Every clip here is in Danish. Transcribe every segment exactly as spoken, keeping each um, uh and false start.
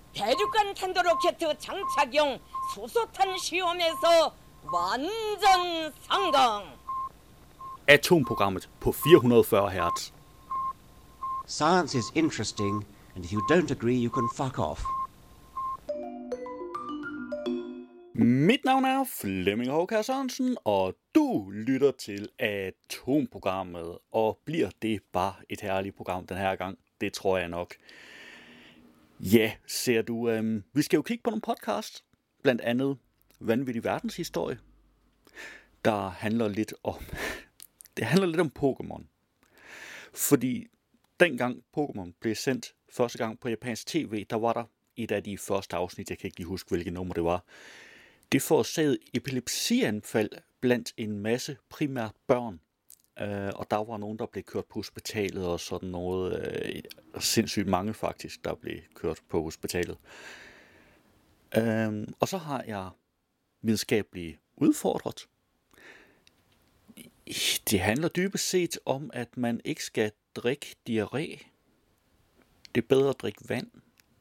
대륙간 탄도로켓 장착용 수소탄 시험에서 완전 성공. Atomprogrammet på fire hundrede og fyrre hertz. Science is interesting, and if you don't agree, you can fuck off. Mit navn er Flemming Håkær Sørensen, og du lytter til Atomprogrammet. Og bliver det bare et herligt program den her gang? Det tror jeg nok. Ja, ser du, øhm, vi skal jo kigge på nogle podcast, blandt andet Vanvittig Verdenshistorie, der handler lidt om, det handler lidt om Pokémon. Fordi dengang Pokémon blev sendt første gang på japansk tv, der var der et af de første afsnit, jeg kan ikke lige huske, hvilket nummer det var. Det forårsagede epilepsianfald blandt en masse primært børn. Uh, og der var nogen, der blev kørt på hospitalet og sådan noget. Uh, sindssygt mange faktisk, der blev kørt på hospitalet. Uh, og så har jeg videnskabeligt udfordret. Det handler dybest set om, at man ikke skal drikke diarré. Det er bedre at drikke vand.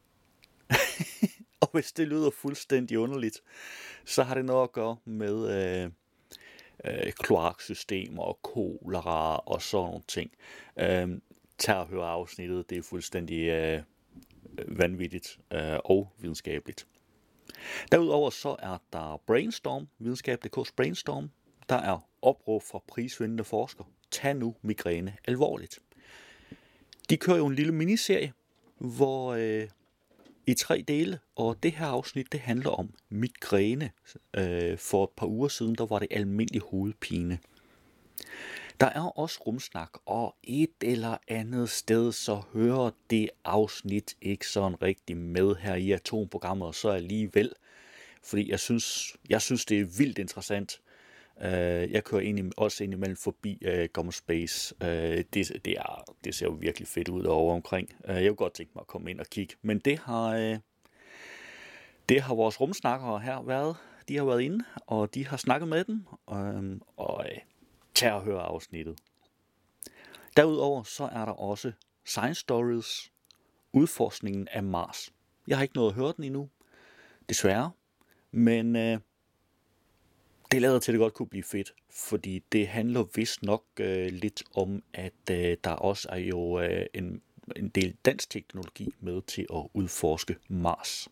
Og hvis det lyder fuldstændig underligt, så har det noget at gøre med øh, øh, kloaksystemer og kolera og sådan nogle ting. Øh, tag og hør afsnittet, det er fuldstændig øh, vanvittigt øh, og videnskabeligt. Derudover så er der Brainstorm, videnskab punktum d k's Brainstorm. Der er opråb fra prisvindende forskere. Tag nu migræne alvorligt. De kører jo en lille miniserie, hvor øh, i tre dele, og det her afsnit, det handler om migræne. Øh, for et par uger siden, der var det almindelig hovedpine. Der er også rumsnak, og et eller andet sted, så hører det afsnit ikke sådan rigtig med her i Atomprogrammet, og så alligevel, fordi jeg synes, jeg synes det er vildt interessant. Uh, jeg kører ind i, også ind imellem forbi uh, Gommel Space. Uh, det, det, er, det ser jo virkelig fedt ud over omkring. Uh, jeg kunne godt tænke mig at komme ind og kigge. Men det har, uh, det har vores rumsnakkere her været. De har været inde, og de har snakket med dem. Um, og uh, tag og høre afsnittet. Derudover så er der også Science Stories. Udforskningen af Mars. Jeg har ikke nået at høre den endnu. Desværre. Men Uh, det lader til, at det godt kunne blive fedt, fordi det handler vist nok øh, lidt om, at øh, der også er jo øh, en, en del dansk teknologi med til at udforske Mars.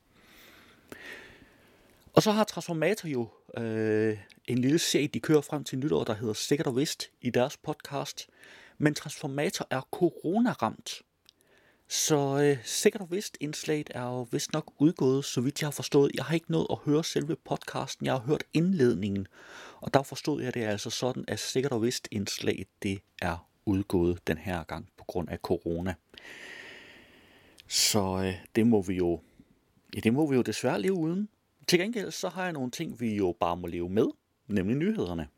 Og så har Transformator jo øh, en lille serie, de kører frem til nytår, der hedder Sikkert og Vist i deres podcast. Men Transformator er corona-ramt. Så øh, Sikkert og Vist indslaget er jo vist nok udgået, så vidt jeg har forstået. Jeg har ikke nået at høre selve podcasten, jeg har hørt indledningen. Og der forstod jeg det altså sådan, at Sikkert og Vist indslaget, det er udgået den her gang på grund af corona. Så øh, det må vi jo, ja, det må vi jo desværre leve uden. Til gengæld så har jeg nogle ting, vi jo bare må leve med, nemlig nyhederne.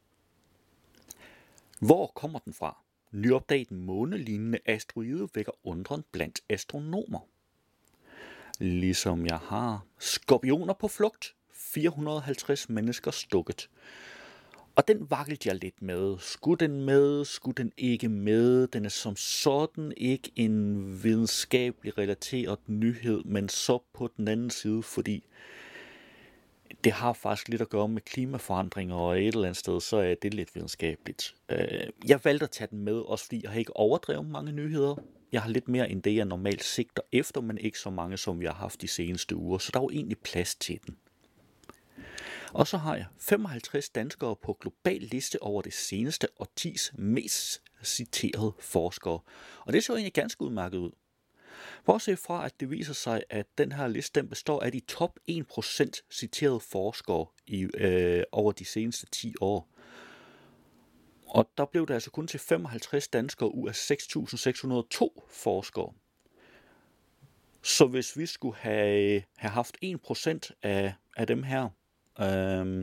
Hvor kommer den fra? Nyopdaget månelignende asteroide vækker undren blandt astronomer. Ligesom jeg har skorpioner på flugt, fire hundrede og halvtreds mennesker stukket. Og den vaklede jeg lidt med. Skulle den med? Skulle den ikke med? Den er som sådan ikke en videnskabelig relateret nyhed, men så på den anden side, fordi det har faktisk lidt at gøre med klimaforandringer, og et eller andet sted, så er det lidt videnskabeligt. Jeg valgte at tage den med, også fordi jeg har ikke overdrevet mange nyheder. Jeg har lidt mere end det, jeg normalt sigter efter, men ikke så mange, som vi har haft de seneste uger, så der er jo egentlig plads til den. Og så har jeg femoghalvtreds danskere på global liste over det seneste årtis mest citerede forskere. Og det så egentlig ganske udmærket ud. Bortset fra, at det viser sig, at den her liste den består af de top en procent citerede forskere i, øh, over de seneste ti år. Og der blev det altså kun til femoghalvtreds danskere ud af seks tusind seks hundrede og to forskere. Så hvis vi skulle have, have haft en procent af, af dem her, øh,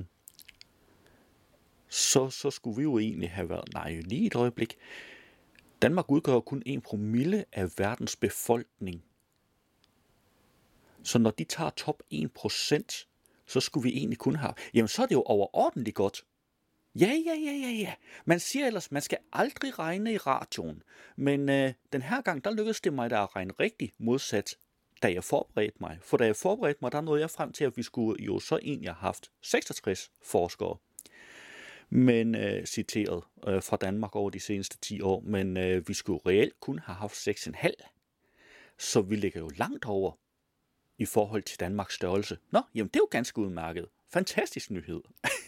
så, så skulle vi jo egentlig have været, nej, lige et øjeblik. Danmark udgør kun en promille af verdens befolkning. Så når de tager top en procent, så skulle vi egentlig kun have... Jamen, så er det jo overordentligt godt. Ja, ja, ja, ja, ja. Man siger ellers, man skal aldrig regne i radioen. Men øh, den her gang, der lykkedes det mig da at regne rigtig modsat da jeg forberedte mig. For da jeg forberedte mig, der nåede jeg frem til, at vi skulle jo så egentlig have haft seksogtres forskere. Men øh, citeret øh, fra Danmark over de seneste ti år. Men øh, vi skulle reelt kun have haft seks komma fem. Så vi ligger jo langt over i forhold til Danmarks størrelse. Nå, jamen det er jo ganske udmærket. Fantastisk nyhed.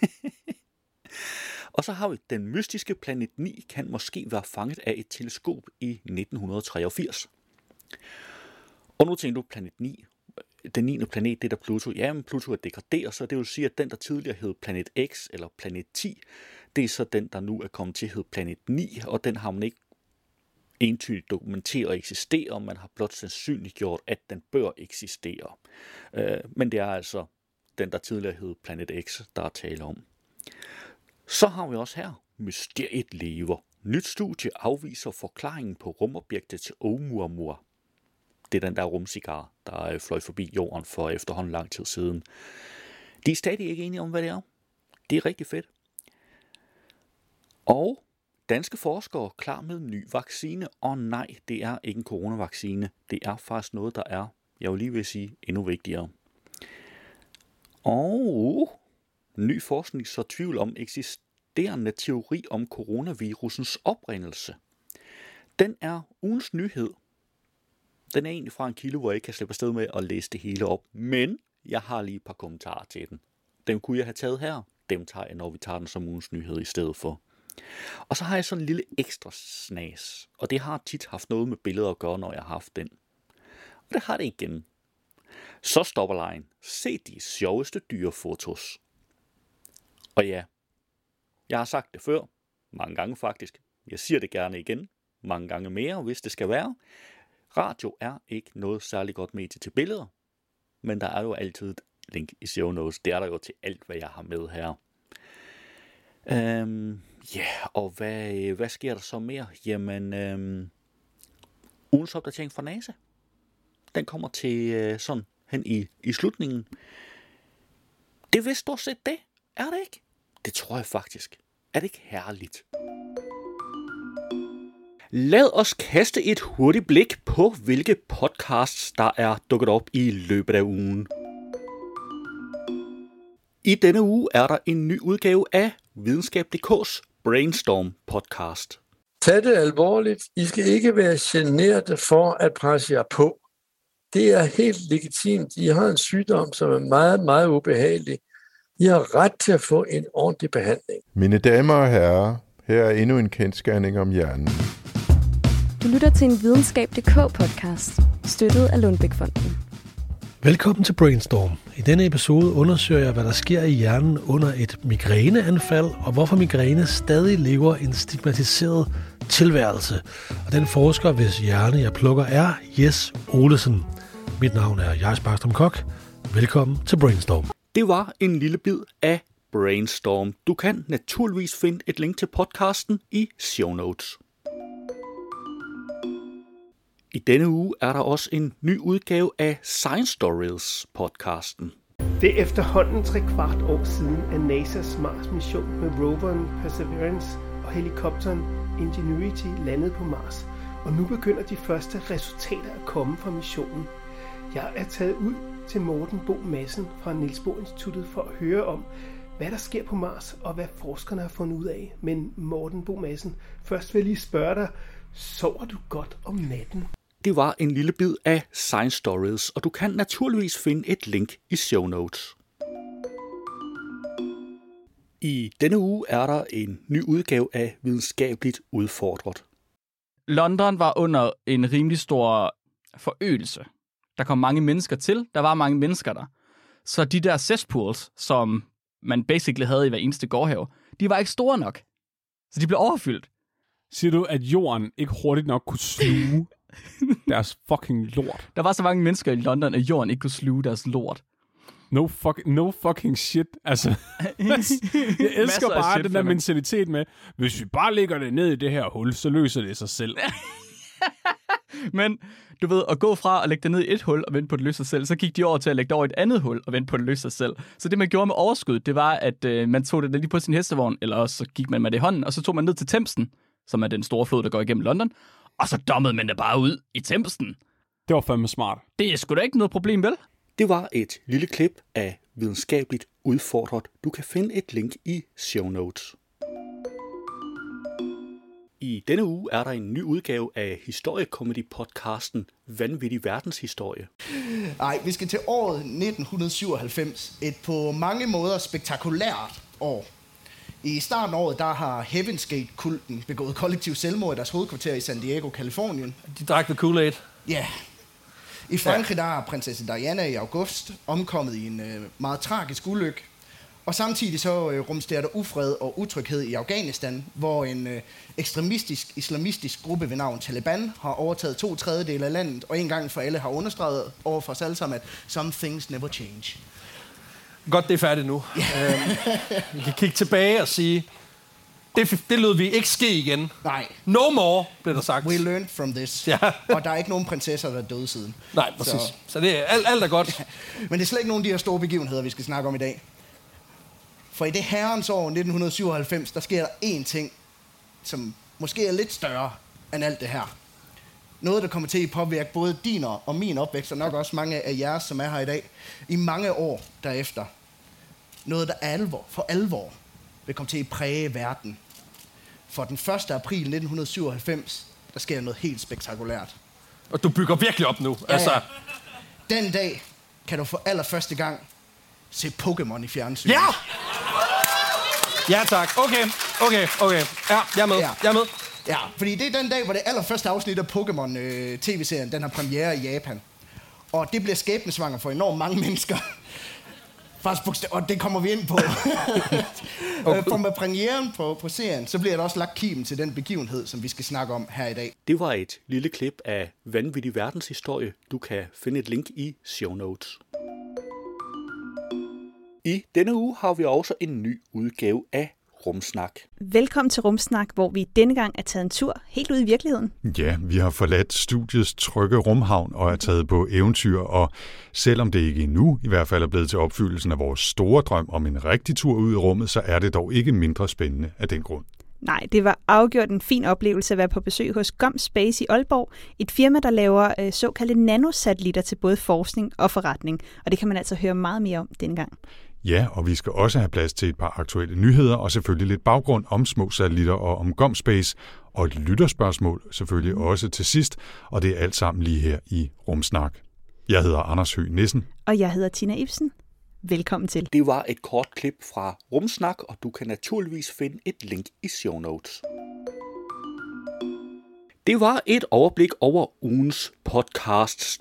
Og så har vi, den mystiske planet ni kan måske være fanget af et teleskop i nitten treogfirs. Og nu tænker du, planet ni, den niende planet, det der Pluto. Jamen, Pluto er degraderet, så det vil sige, at den, der tidligere hed planet X, eller planet ti, det er så den, der nu er kommet til at hedde planet ni, og den har man ikke entydigt dokumenteret eksisterer, man har blot sandsynliggjort, at den bør eksistere. Men det er altså den, der tidligere hed planet X, der er tale om. Så har vi også her, mysteriet lever. Nyt studie afviser forklaringen på rumobjektet til Oumuamua. Det er den der rumcigar, der fløj forbi jorden for efterhånden lang tid siden. De er stadig ikke enige om, hvad det er. Det er rigtig fedt. Og danske forskere klar med en ny vaccine. Og nej, det er ikke en coronavaccine. Det er faktisk noget, der er, jeg vil lige vil sige, endnu vigtigere. Og ny forskning så tvivl om eksisterende teori om coronavirusens oprindelse. Den er ugens nyhed. Den er egentlig fra en kilde, hvor jeg ikke kan slippe afsted med at læse det hele op. Men jeg har lige et par kommentarer til den. Dem kunne jeg have taget her. Dem tager jeg, når vi tager den som ugens nyhed i stedet for. Og så har jeg sådan en lille ekstra snas. Og det har tit haft noget med billeder at gøre, når jeg har haft den. Og det har det igen. Så stopper lejen. Se de sjoveste dyrefotos. Og ja, jeg har sagt det før. Mange gange faktisk. Jeg siger det gerne igen. Mange gange mere, hvis det skal være. Radio er ikke noget særlig godt medie til billeder. Men der er jo altid et link i show notes. Det er der jo til alt, hvad jeg har med her. Ja, um, yeah, og hvad, hvad sker der så mere? Jamen, um, ugens opdatering fra NASA. Den kommer til uh, sådan hen i, i slutningen. Det er vist stort set det. Er det ikke? Det tror jeg faktisk. Er det ikke herligt? Lad os kaste et hurtigt blik på, hvilke podcasts, der er dukket op i løbet af ugen. I denne uge er der en ny udgave af Videnskab punktum d k's Brainstorm podcast. Tag det alvorligt. I skal ikke være generte for at presse jer på. Det er helt legitimt. I har en sygdom, som er meget, meget ubehagelig. I har ret til at få en ordentlig behandling. Mine damer og herrer, her er endnu en kendsgerning om hjernen. Du lytter til en Videnskab punktum d k podcast, støttet af Lundbeck-fonden. Velkommen til Brainstorm. I denne episode undersøger jeg, hvad der sker i hjernen under et migræneanfald, og hvorfor migræne stadig lever en stigmatiseret tilværelse. Og den forsker, hvis hjerne jeg plukker, er Jes Olesen. Mit navn er Jais Barkstrøm Kok. Velkommen til Brainstorm. Det var en lille bid af Brainstorm. Du kan naturligvis finde et link til podcasten i show notes. I denne uge er der også en ny udgave af Science Stories podcasten. Det er efterhånden tre kvart år siden, at NASA's Mars-mission med roveren Perseverance og helikopteren Ingenuity landede på Mars. Og nu begynder de første resultater at komme fra missionen. Jeg er taget ud til Morten Bo Madsen fra Niels Bohr Instituttet for at høre om, hvad der sker på Mars og hvad forskerne har fundet ud af. Men Morten Bo Madsen, først vil jeg lige spørge dig, sover du godt om natten? Det var en lille bid af Science Stories, og du kan naturligvis finde et link i show notes. I denne uge er der en ny udgave af Videnskabeligt Udfordret. London var under en rimelig stor forøgelse. Der kom mange mennesker til. Der var mange mennesker der. Så de der cesspools, som man basically havde i hver eneste gårdhave, de var ikke store nok. Så de blev overfyldt. Siger du, at jorden ikke hurtigt nok kunne sluge deres fucking lort? Der var så mange mennesker i London, at jorden ikke kunne sluge deres lort. No, fuck, no fucking shit. Altså, jeg elsker bare den der mentalitet med, hvis vi bare lægger det ned i det her hul, så løser det sig selv. Men du ved, at gå fra at lægge det ned i et hul og vente på, at det løser sig selv, så gik de over til at lægge det over i et andet hul og vente på, at det løser sig selv. Så det, man gjorde med overskud, det var, at øh, man tog det lige på sin hestevogn, eller også så gik man med det i hånden, og så tog man ned til Themsen, som er den store flod, der går igennem London, og så dommede man det bare ud i Themsen. Det var fandme smart. Det er sgu da ikke noget problem, vel? Det var et lille klip af Videnskabeligt Udfordret. Du kan finde et link i show notes. I denne uge er der en ny udgave af historiekomedy-podcasten Vanvittig Verdenshistorie. Nej, vi skal til året nitten syvoghalvfems. Et på mange måder spektakulært år. I starten af året, der har Heaven's Gate-kulten begået kollektiv selvmord i deres hovedkvarter i San Diego, Californien. De drak the Kool-Aid. Ja. I Frankrig, der er prinsesse Diana i august omkommet i en øh, meget tragisk ulykke. Og samtidig så øh, rumsterer der ufred og utryghed i Afghanistan, hvor en øh, ekstremistisk islamistisk gruppe ved navn Taliban har overtaget to tredjedele af landet, og en gang for alle har understreget over for os alle sammen, at some things never change. Godt, det er færdigt nu. Yeah. øhm, vi kan kigge tilbage og sige, det, det lød vi ikke ske igen. Nej. No more, blev der sagt. We learned from this. Ja. Og der er ikke nogen prinsesser, der er døde siden. Nej, præcis. Så, så det er, alt, alt er godt. Men det er slet ikke nogen af de her store begivenheder, vi skal snakke om i dag. For i det herrens år nitten syvoghalvfems, der sker der én ting, som måske er lidt større end alt det her. Noget, der kommer til at påvirke både din og min opvækst, og nok også mange af jeres, som er her i dag, i mange år derefter. Noget, der alvor, for alvor vil komme til at præge verden. For den første april nitten syvoghalvfems, der sker noget helt spektakulært. Og du bygger virkelig op nu. Ja, altså. ja. Den dag kan du for allerførste gang se Pokémon i fjernsynet. Ja! Ja, tak. Okay, okay, okay. Ja, jeg er med. Ja. Jeg er med. Ja, fordi det er den dag, hvor det allerførste afsnit af Pokémon øh, tv-serien, den har premiere i Japan. Og det bliver skæbnesvanger for enormt mange mennesker. Faktisk, og det kommer vi ind på. Okay. For med premieren på, på serien, så bliver der også lagt kimen til den begivenhed, som vi skal snakke om her i dag. Det var et lille klip af Vanvittig Verdenshistorie. Du kan finde et link i show notes. I denne uge har vi også en ny udgave af Rumsnak. Velkommen til Rumsnak, hvor vi denne gang er taget en tur helt ud i virkeligheden. Ja, vi har forladt studiets trygge rumhavn og er taget på eventyr, og selvom det ikke endnu i hvert fald er blevet til opfyldelsen af vores store drøm om en rigtig tur ud i rummet, så er det dog ikke mindre spændende af den grund. Nej, det var afgjort en fin oplevelse at være på besøg hos GomSpace i Aalborg, et firma, der laver øh, såkaldte nanosatellitter til både forskning og forretning, og det kan man altså høre meget mere om denne gang. Ja, og vi skal også have plads til et par aktuelle nyheder, og selvfølgelig lidt baggrund om små satellitter og om GomSpace, og et lytterspørgsmål selvfølgelig også til sidst, og det er alt sammen lige her i Rumsnak. Jeg hedder Anders Høgh Nissen. Og jeg hedder Tina Ibsen. Velkommen til. Det var et kort klip fra Rumsnak, og du kan naturligvis finde et link i show notes. Det var et overblik over ugens podcasts.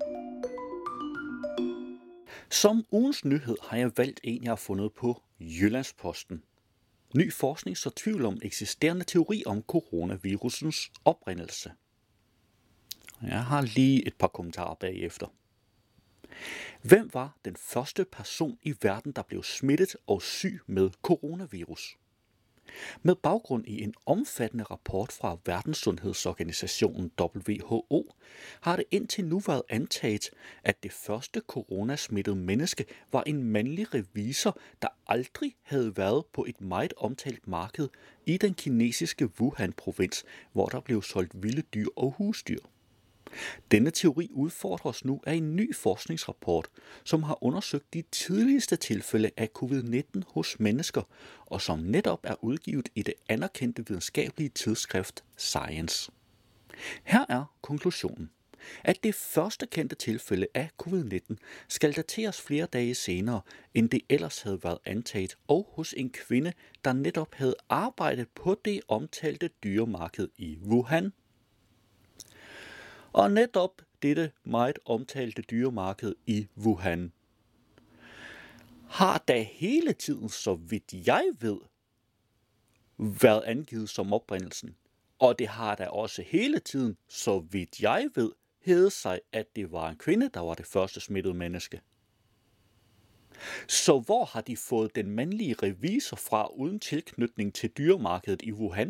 Som ugens nyhed har jeg valgt en, jeg har fundet på Jyllandsposten. Ny forskning så tvivl om eksisterende teori om coronavirusens oprindelse. Jeg har lige et par kommentarer bagefter. Hvem var den første person i verden, der blev smittet og syg med coronavirus? Med baggrund i en omfattende rapport fra Verdenssundhedsorganisationen W H O har det indtil nu været antaget, at det første coronasmittede menneske var en mandlig revisor, der aldrig havde været på et meget omtalt marked i den kinesiske Wuhan-provins, hvor der blev solgt vilde dyr og husdyr. Denne teori udfordres nu af en ny forskningsrapport, som har undersøgt de tidligste tilfælde af covid nitten hos mennesker, og som netop er udgivet i det anerkendte videnskabelige tidsskrift Science. Her er konklusionen, at det første kendte tilfælde af covid nitten skal dateres flere dage senere, end det ellers havde været antaget, og hos en kvinde, der netop havde arbejdet på det omtalte dyremarked i Wuhan. Og netop dette meget omtalte dyremarked i Wuhan har da hele tiden, så vidt jeg ved, været angivet som oprindelsen. Og det har da også hele tiden, så vidt jeg ved, heddet sig, at det var en kvinde, der var det første smittede menneske. Så hvor har de fået den mandlige revisor fra uden tilknytning til dyremarkedet i Wuhan?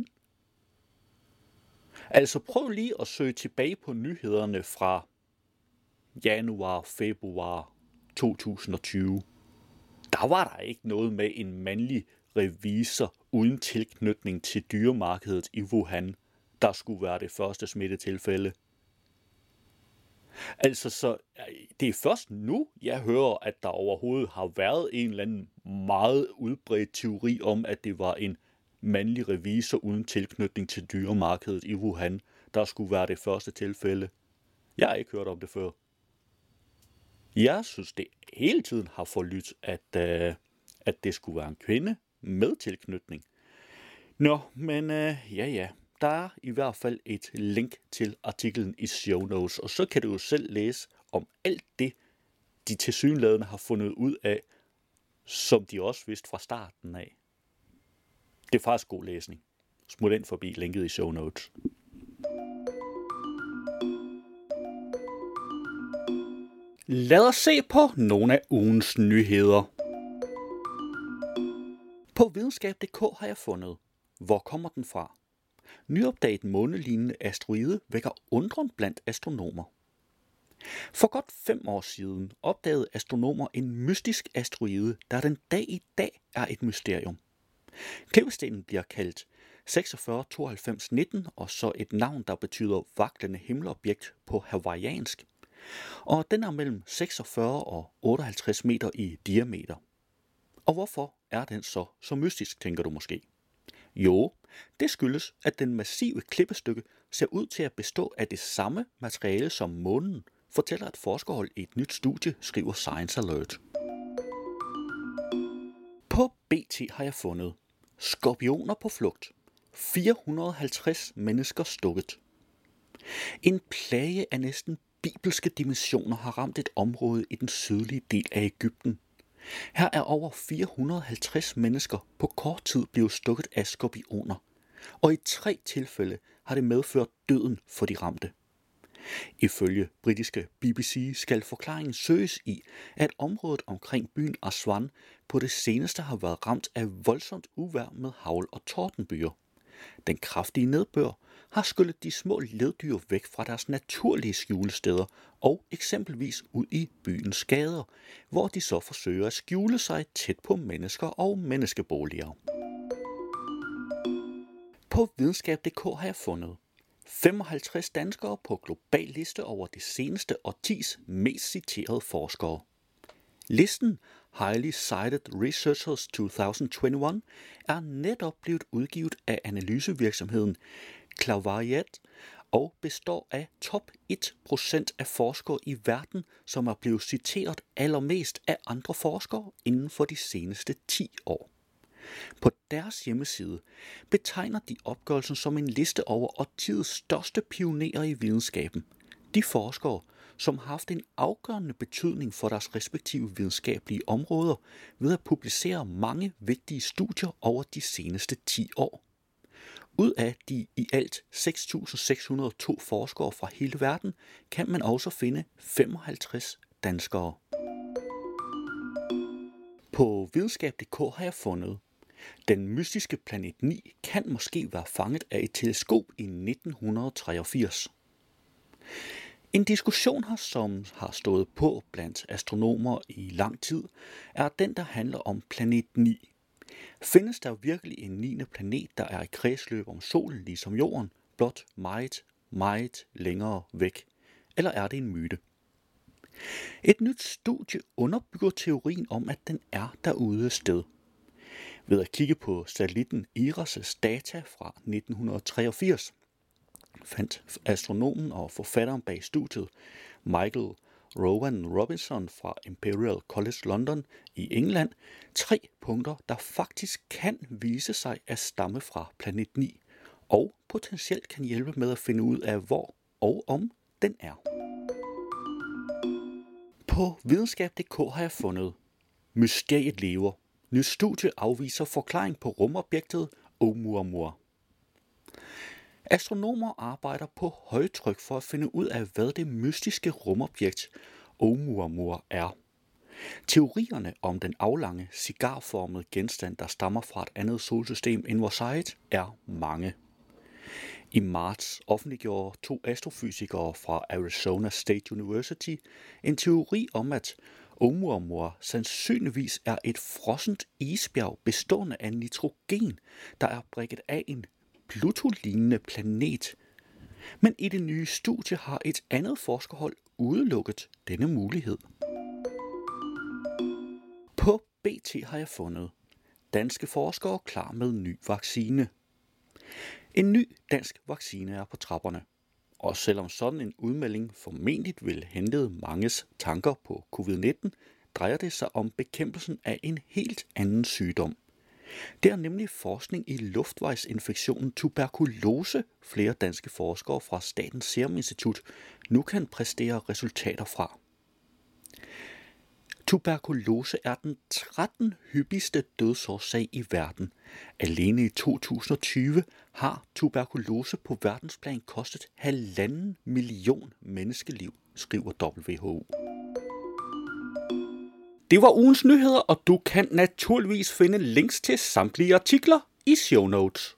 Altså prøv lige at søge tilbage på nyhederne fra januar, februar to tusind og tyve. Der var der ikke noget med en mandlig revisor uden tilknytning til dyremarkedet i Wuhan, der skulle være det første smittetilfælde. Altså, så det er først nu, jeg hører, at der overhovedet har været en eller anden meget udbredt teori om, at det var en mandlig revisor uden tilknytning til dyremarkedet i Wuhan, der skulle være det første tilfælde. Jeg har ikke hørt om det før. Jeg synes, det hele tiden har forlydt, at, uh, at det skulle være en kvinde med tilknytning. Nå, men uh, ja ja, der er i hvert fald et link til artiklen i show notes, og så kan du jo selv læse om alt det, de tilsyneladende har fundet ud af, som de også vidste fra starten af. Det er faktisk god læsning. Smut ind forbi linket i show notes. Lad os se på nogle af ugens nyheder. På videnskab punktum d k har jeg fundet, hvor kommer den fra? Nyopdaget månelignende asteroide vækker undren blandt astronomer. For godt fem år siden opdagede astronomer en mystisk asteroide, der den dag i dag er et mysterium. Klippestenen bliver kaldt seksogfyrre tooghalvfems nitten og så et navn, der betyder vaklende himmelobjekt på hawaiiansk. Og den er mellem seksogfyrre og otteoghalvtreds meter i diameter. Og hvorfor er den så så mystisk, tænker du måske? Jo, det skyldes, at den massive klippestykke ser ud til at bestå af det samme materiale som månen, fortæller et forskerhold i et nyt studie, skriver Science Alert. På B T har jeg fundet skorpioner på flugt. fire hundrede og halvtreds mennesker stukket. En plage af næsten bibelske dimensioner har ramt et område i den sydlige del af Egypten. Her er over fire hundrede og halvtreds mennesker på kort tid blevet stukket af skorpioner, og i tre tilfælde har det medført døden for de ramte. Ifølge britiske B B C skal forklaringen søges i, at området omkring byen Aswan på det seneste har været ramt af voldsomt uvejr med hagl og tordenbyger. Den kraftige nedbør har skyllet de små leddyr væk fra deres naturlige skjulesteder og eksempelvis ud i byens gader, hvor de så forsøger at skjule sig tæt på mennesker og menneskeboliger. På videnskab punktum d k har jeg fundet femoghalvtreds danskere på global liste over de seneste årtis mest citerede forskere. Listen Highly Cited Researchers to tusind enogtyve er netop blevet udgivet af analysevirksomheden Clarivate og består af top en procent af forskere i verden, som er blevet citeret allermest af andre forskere inden for de seneste ti år. På deres hjemmeside betegner de opgørelsen som en liste over årtiets største pionerer i videnskaben. De forskere, som har haft en afgørende betydning for deres respektive videnskabelige områder ved at publicere mange vigtige studier over de seneste ti år. Ud af de i alt seks tusind seks hundrede og to forskere fra hele verden, kan man også finde femoghalvtreds danskere. På videnskab punktum d k har jeg fundet, den mystiske planet ni kan måske være fanget af et teleskop i nitten treogfirs. En diskussion her, som har stået på blandt astronomer i lang tid, er den, der handler om planet ni. Findes der virkelig en niende planet, der er i kredsløb om solen ligesom jorden, blot meget, meget længere væk? Eller er det en myte? Et nyt studie underbygger teorien om, at den er derude et sted. Ved at kigge på satellitten I R A S' data fra nitten treogfirs, fandt astronomen og forfatteren bag studiet, Michael Rowan Robinson fra Imperial College London i England, tre punkter, der faktisk kan vise sig at stamme fra planet ni, og potentielt kan hjælpe med at finde ud af, hvor og om den er. På videnskab punktum d k har jeg fundet, mysteriet lever. Nyt studie afviser forklaring på rumobjektet Oumuamua. Astronomer arbejder på højtryk for at finde ud af, hvad det mystiske rumobjekt Oumuamua er. Teorierne om den aflange, cigarformede genstand, der stammer fra et andet solsystem end vores eget, er mange. I marts offentliggjorde to astrofysikere fra Arizona State University en teori om, at Oumuamua sandsynligvis er et frossent isbjerg bestående af nitrogen, der er brækket af en Pluto-lignende planet. Men i det nye studie har et andet forskerhold udelukket denne mulighed. På B T har jeg fundet danske forskere klar med ny vaccine. En ny dansk vaccine er på trapperne. Og selvom sådan en udmelding formentlig vil hente manges tanker på covid nitten, drejer det sig om bekæmpelsen af en helt anden sygdom. Det er nemlig forskning i luftvejsinfektionen tuberkulose, flere danske forskere fra Statens Serum Institut nu kan præstere resultater fra. Tuberkulose er den trettende hyppigste dødsårsag i verden. Alene i to tusind og tyve har tuberkulose på verdensplan kostet halvanden million menneskeliv, skriver W H O. Det var ugens nyheder, og du kan naturligvis finde links til samtlige artikler i show notes.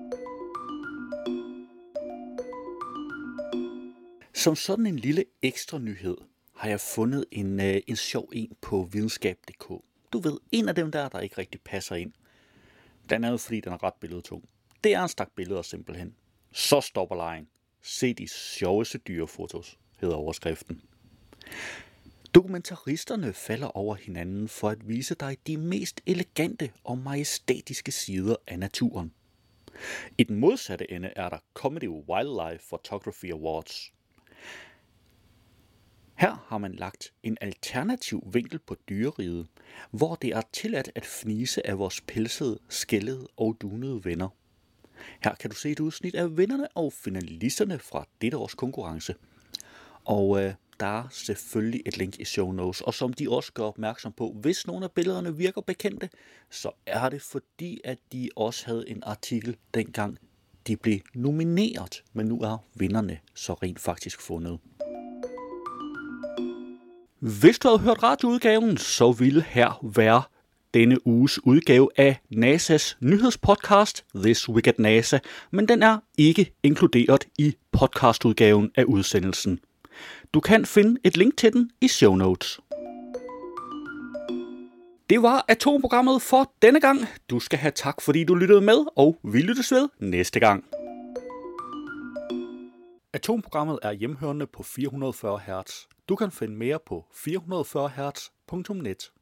Som sådan en lille ekstra nyhed har jeg fundet en, øh, en sjov en på videnskab punktum d k. Du ved, en af dem der, der ikke rigtig passer ind. Den er jo fordi, den er ret billedtung. Det er en stak billeder simpelthen. Så stopper lejen. Se de sjoveste dyrefotos, hedder overskriften. Dokumentaristerne falder over hinanden for at vise dig de mest elegante og majestætiske sider af naturen. I den modsatte ende er der Comedy Wildlife Photography Awards. Her har man lagt en alternativ vinkel på dyreriget, hvor det er tilladt at fnise af vores pelsede, skællede og dunede venner. Her kan du se et udsnit af vinderne og finalisterne fra dette års konkurrence. Og øh, der er selvfølgelig et link i show notes, og som de også gør opmærksom på, hvis nogle af billederne virker bekendte, så er det fordi, at de også havde en artikel dengang de blev nomineret, men nu er vinderne så rent faktisk fundet. Hvis du havde hørt radioudgaven, så ville her være denne uges udgave af NASA's nyhedspodcast This Week at NASA, men den er ikke inkluderet i podcastudgaven af udsendelsen. Du kan finde et link til den i show notes. Det var Atomprogrammet for denne gang. Du skal have tak, fordi du lyttede med, og vi lyttes ved næste gang. Atomprogrammet er hjemhørende på fire hundrede og fyrre hertz. Du kan finde mere på fire hundrede og fyrre hertz punktum net.